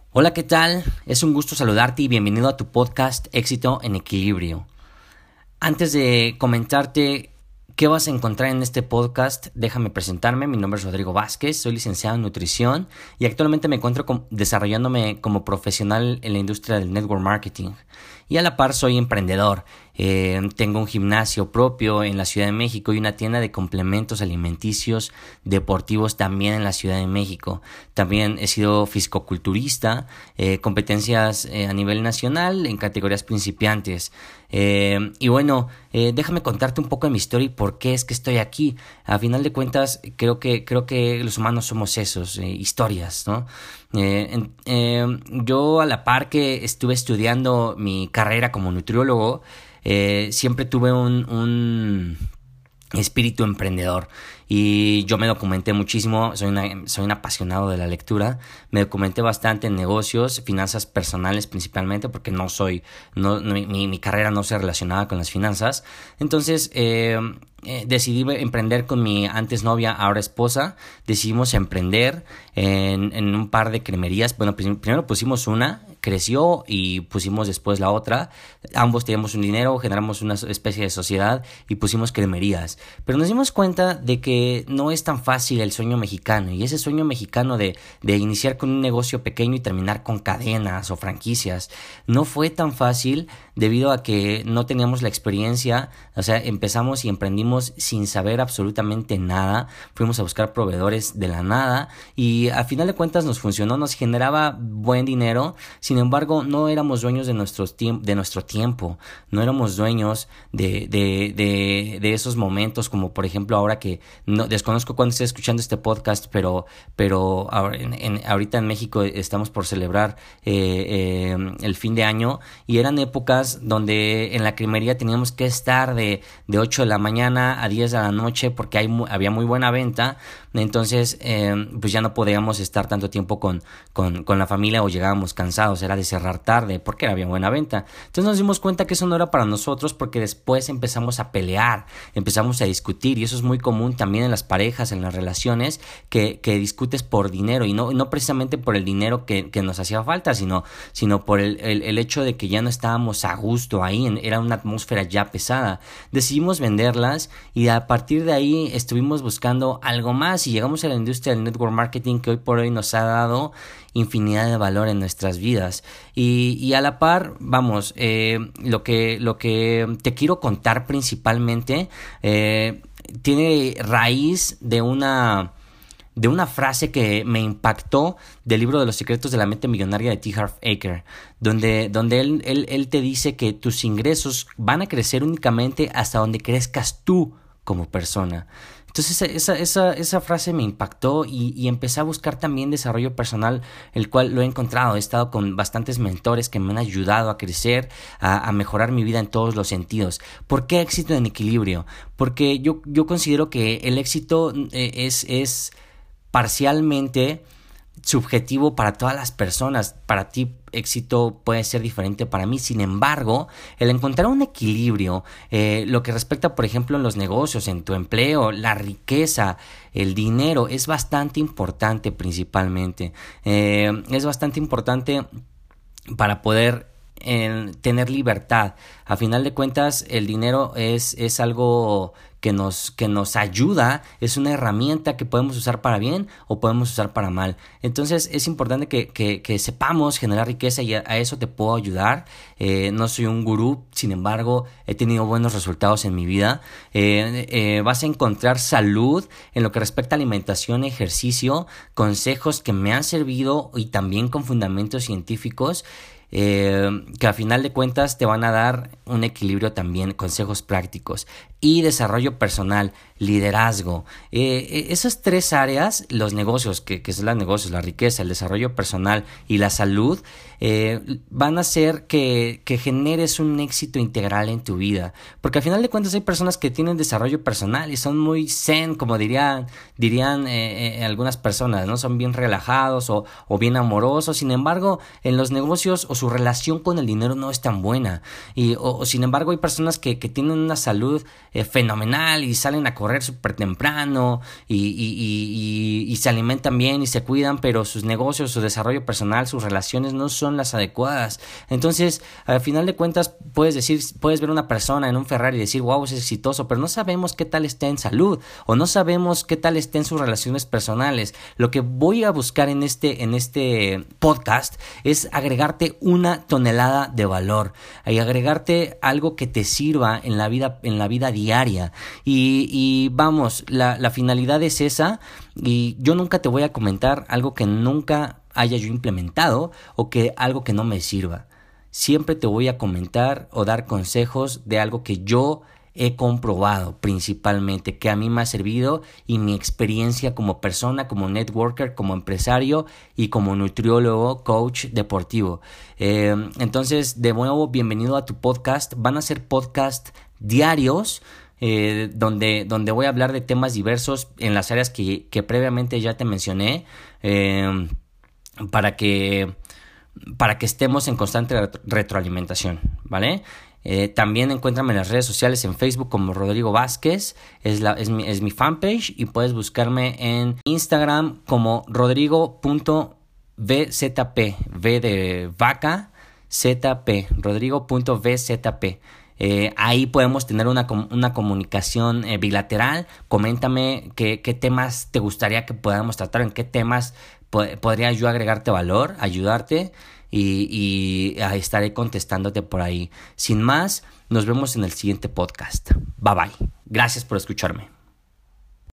Hola, ¿qué tal? Es un gusto saludarte y bienvenido a tu podcast Éxito en Equilibrio. Antes de comentarte qué vas a encontrar en este podcast, déjame presentarme. Mi nombre es Rodrigo Vázquez, soy licenciado en nutrición y actualmente me encuentro desarrollándome como profesional en la industria del network marketing. Y a la par soy emprendedor. Tengo un gimnasio propio en la Ciudad de México y una tienda de complementos alimenticios deportivos también en la Ciudad de México. También he sido fisicoculturista, competencias a nivel nacional en categorías principiantes. Y bueno, déjame contarte un poco de mi historia y por qué es que estoy aquí. A final de cuentas, creo que los humanos somos esos, historias, ¿no? Yo a la par que estuve estudiando mi carrera como nutriólogo, siempre tuve un espíritu emprendedor y yo me documenté muchísimo, soy un apasionado de la lectura, me documenté bastante en negocios, finanzas personales principalmente porque mi carrera no se relacionaba con las finanzas. Entonces decidí emprender con mi antes novia, ahora esposa. Decidimos emprender en un par de cremerías. Bueno, primero pusimos una, creció, y pusimos después la otra. Ambos teníamos un dinero, generamos una especie de sociedad y pusimos cremerías. Pero nos dimos cuenta de que no es tan fácil el sueño mexicano, y ese sueño mexicano de iniciar con un negocio pequeño y terminar con cadenas o franquicias no fue tan fácil debido a que no teníamos la experiencia. O sea, empezamos y emprendimos sin saber absolutamente nada, fuimos a buscar proveedores de la nada y a final de cuentas nos funcionó, nos generaba buen dinero. Sin embargo, no éramos dueños de nuestro tiempo, no éramos dueños de esos momentos, como por ejemplo ahora que no desconozco cuándo esté escuchando este podcast, pero ahorita en México estamos por celebrar el fin de año, y eran épocas donde en la cremería teníamos que estar de 8 de la mañana a 10 de la noche porque había muy buena venta. Entonces pues ya no podíamos estar tanto tiempo con la familia, o llegábamos cansados, era de cerrar tarde porque había buena venta. Entonces nos dimos cuenta que eso no era para nosotros, porque después empezamos a pelear, empezamos a discutir, y eso es muy común también en las parejas, en las relaciones, que discutes por dinero, y no precisamente por el dinero que nos hacía falta, sino por el hecho de que ya no estábamos a gusto ahí, era una atmósfera ya pesada. Decidimos venderlas y a partir de ahí estuvimos buscando algo más y llegamos a la industria del network marketing, que hoy por hoy nos ha dado infinidad de valor en nuestras vidas. Y a la par, vamos, lo que te quiero contar principalmente tiene raíz de una frase que me impactó del libro de los secretos de la mente millonaria de T. Harv Eker, donde él te dice que tus ingresos van a crecer únicamente hasta donde crezcas tú como persona. Entonces esa frase me impactó y empecé a buscar también desarrollo personal, el cual lo he encontrado. He estado con bastantes mentores que me han ayudado a crecer, a mejorar mi vida en todos los sentidos. ¿Por qué éxito en equilibrio? Porque yo considero que el éxito es parcialmente subjetivo para todas las personas. Para ti éxito puede ser diferente para mí. Sin embargo, el encontrar un equilibrio, lo que respecta por ejemplo en los negocios, en tu empleo, la riqueza, el dinero, es bastante importante principalmente. Es bastante importante para poder tener libertad. A final de cuentas, el dinero es algo que nos ayuda, es una herramienta que podemos usar para bien o podemos usar para mal. Entonces es importante que sepamos generar riqueza, y a eso te puedo ayudar. No soy un gurú, sin embargo he tenido buenos resultados en mi vida. Vas a encontrar salud en lo que respecta a alimentación, ejercicio, consejos que me han servido y también con fundamentos científicos, que a final de cuentas te van a dar un equilibrio también, consejos prácticos y desarrollo personal, liderazgo. Esas tres áreas, los negocios, que son los negocios, la riqueza, el desarrollo personal y la salud, van a hacer que generes un éxito integral en tu vida. Porque al final de cuentas hay personas que tienen desarrollo personal y son muy zen, como dirían algunas personas, ¿no? Son bien relajados o bien amorosos. Sin embargo, en los negocios o su relación con el dinero no es tan buena. Sin embargo, hay personas que tienen una salud fenomenal y salen a correr correr súper temprano y se alimentan bien y se cuidan, pero sus negocios, su desarrollo personal, sus relaciones no son las adecuadas. Entonces, al final de cuentas, puedes ver una persona en un Ferrari y decir, wow, es exitoso, pero no sabemos qué tal esté en salud o no sabemos qué tal esté en sus relaciones personales. Lo que voy a buscar en este podcast es agregarte una tonelada de valor y agregarte algo que te sirva en la vida diaria. Y vamos, la finalidad es esa, y yo nunca te voy a comentar algo que nunca haya yo implementado o que algo que no me sirva. Siempre te voy a comentar o dar consejos de algo que yo he comprobado principalmente, que a mí me ha servido, y mi experiencia como persona, como networker, como empresario y como nutriólogo, coach deportivo. Entonces, de nuevo, bienvenido a tu podcast. Van a ser podcast diarios, donde voy a hablar de temas diversos en las áreas que previamente ya te mencioné, para que estemos en constante retroalimentación, ¿vale? También encuéntrame en las redes sociales, en Facebook como Rodrigo Vázquez, es mi fanpage, y puedes buscarme en Instagram como rodrigo.vzp, V de vaca, ZP, rodrigo.vzp. Ahí podemos tener una comunicación bilateral. Coméntame qué temas te gustaría que podamos tratar, en qué temas podría yo agregarte valor, ayudarte, y estaré contestándote por ahí. Sin más, nos vemos en el siguiente podcast. Bye bye. Gracias por escucharme.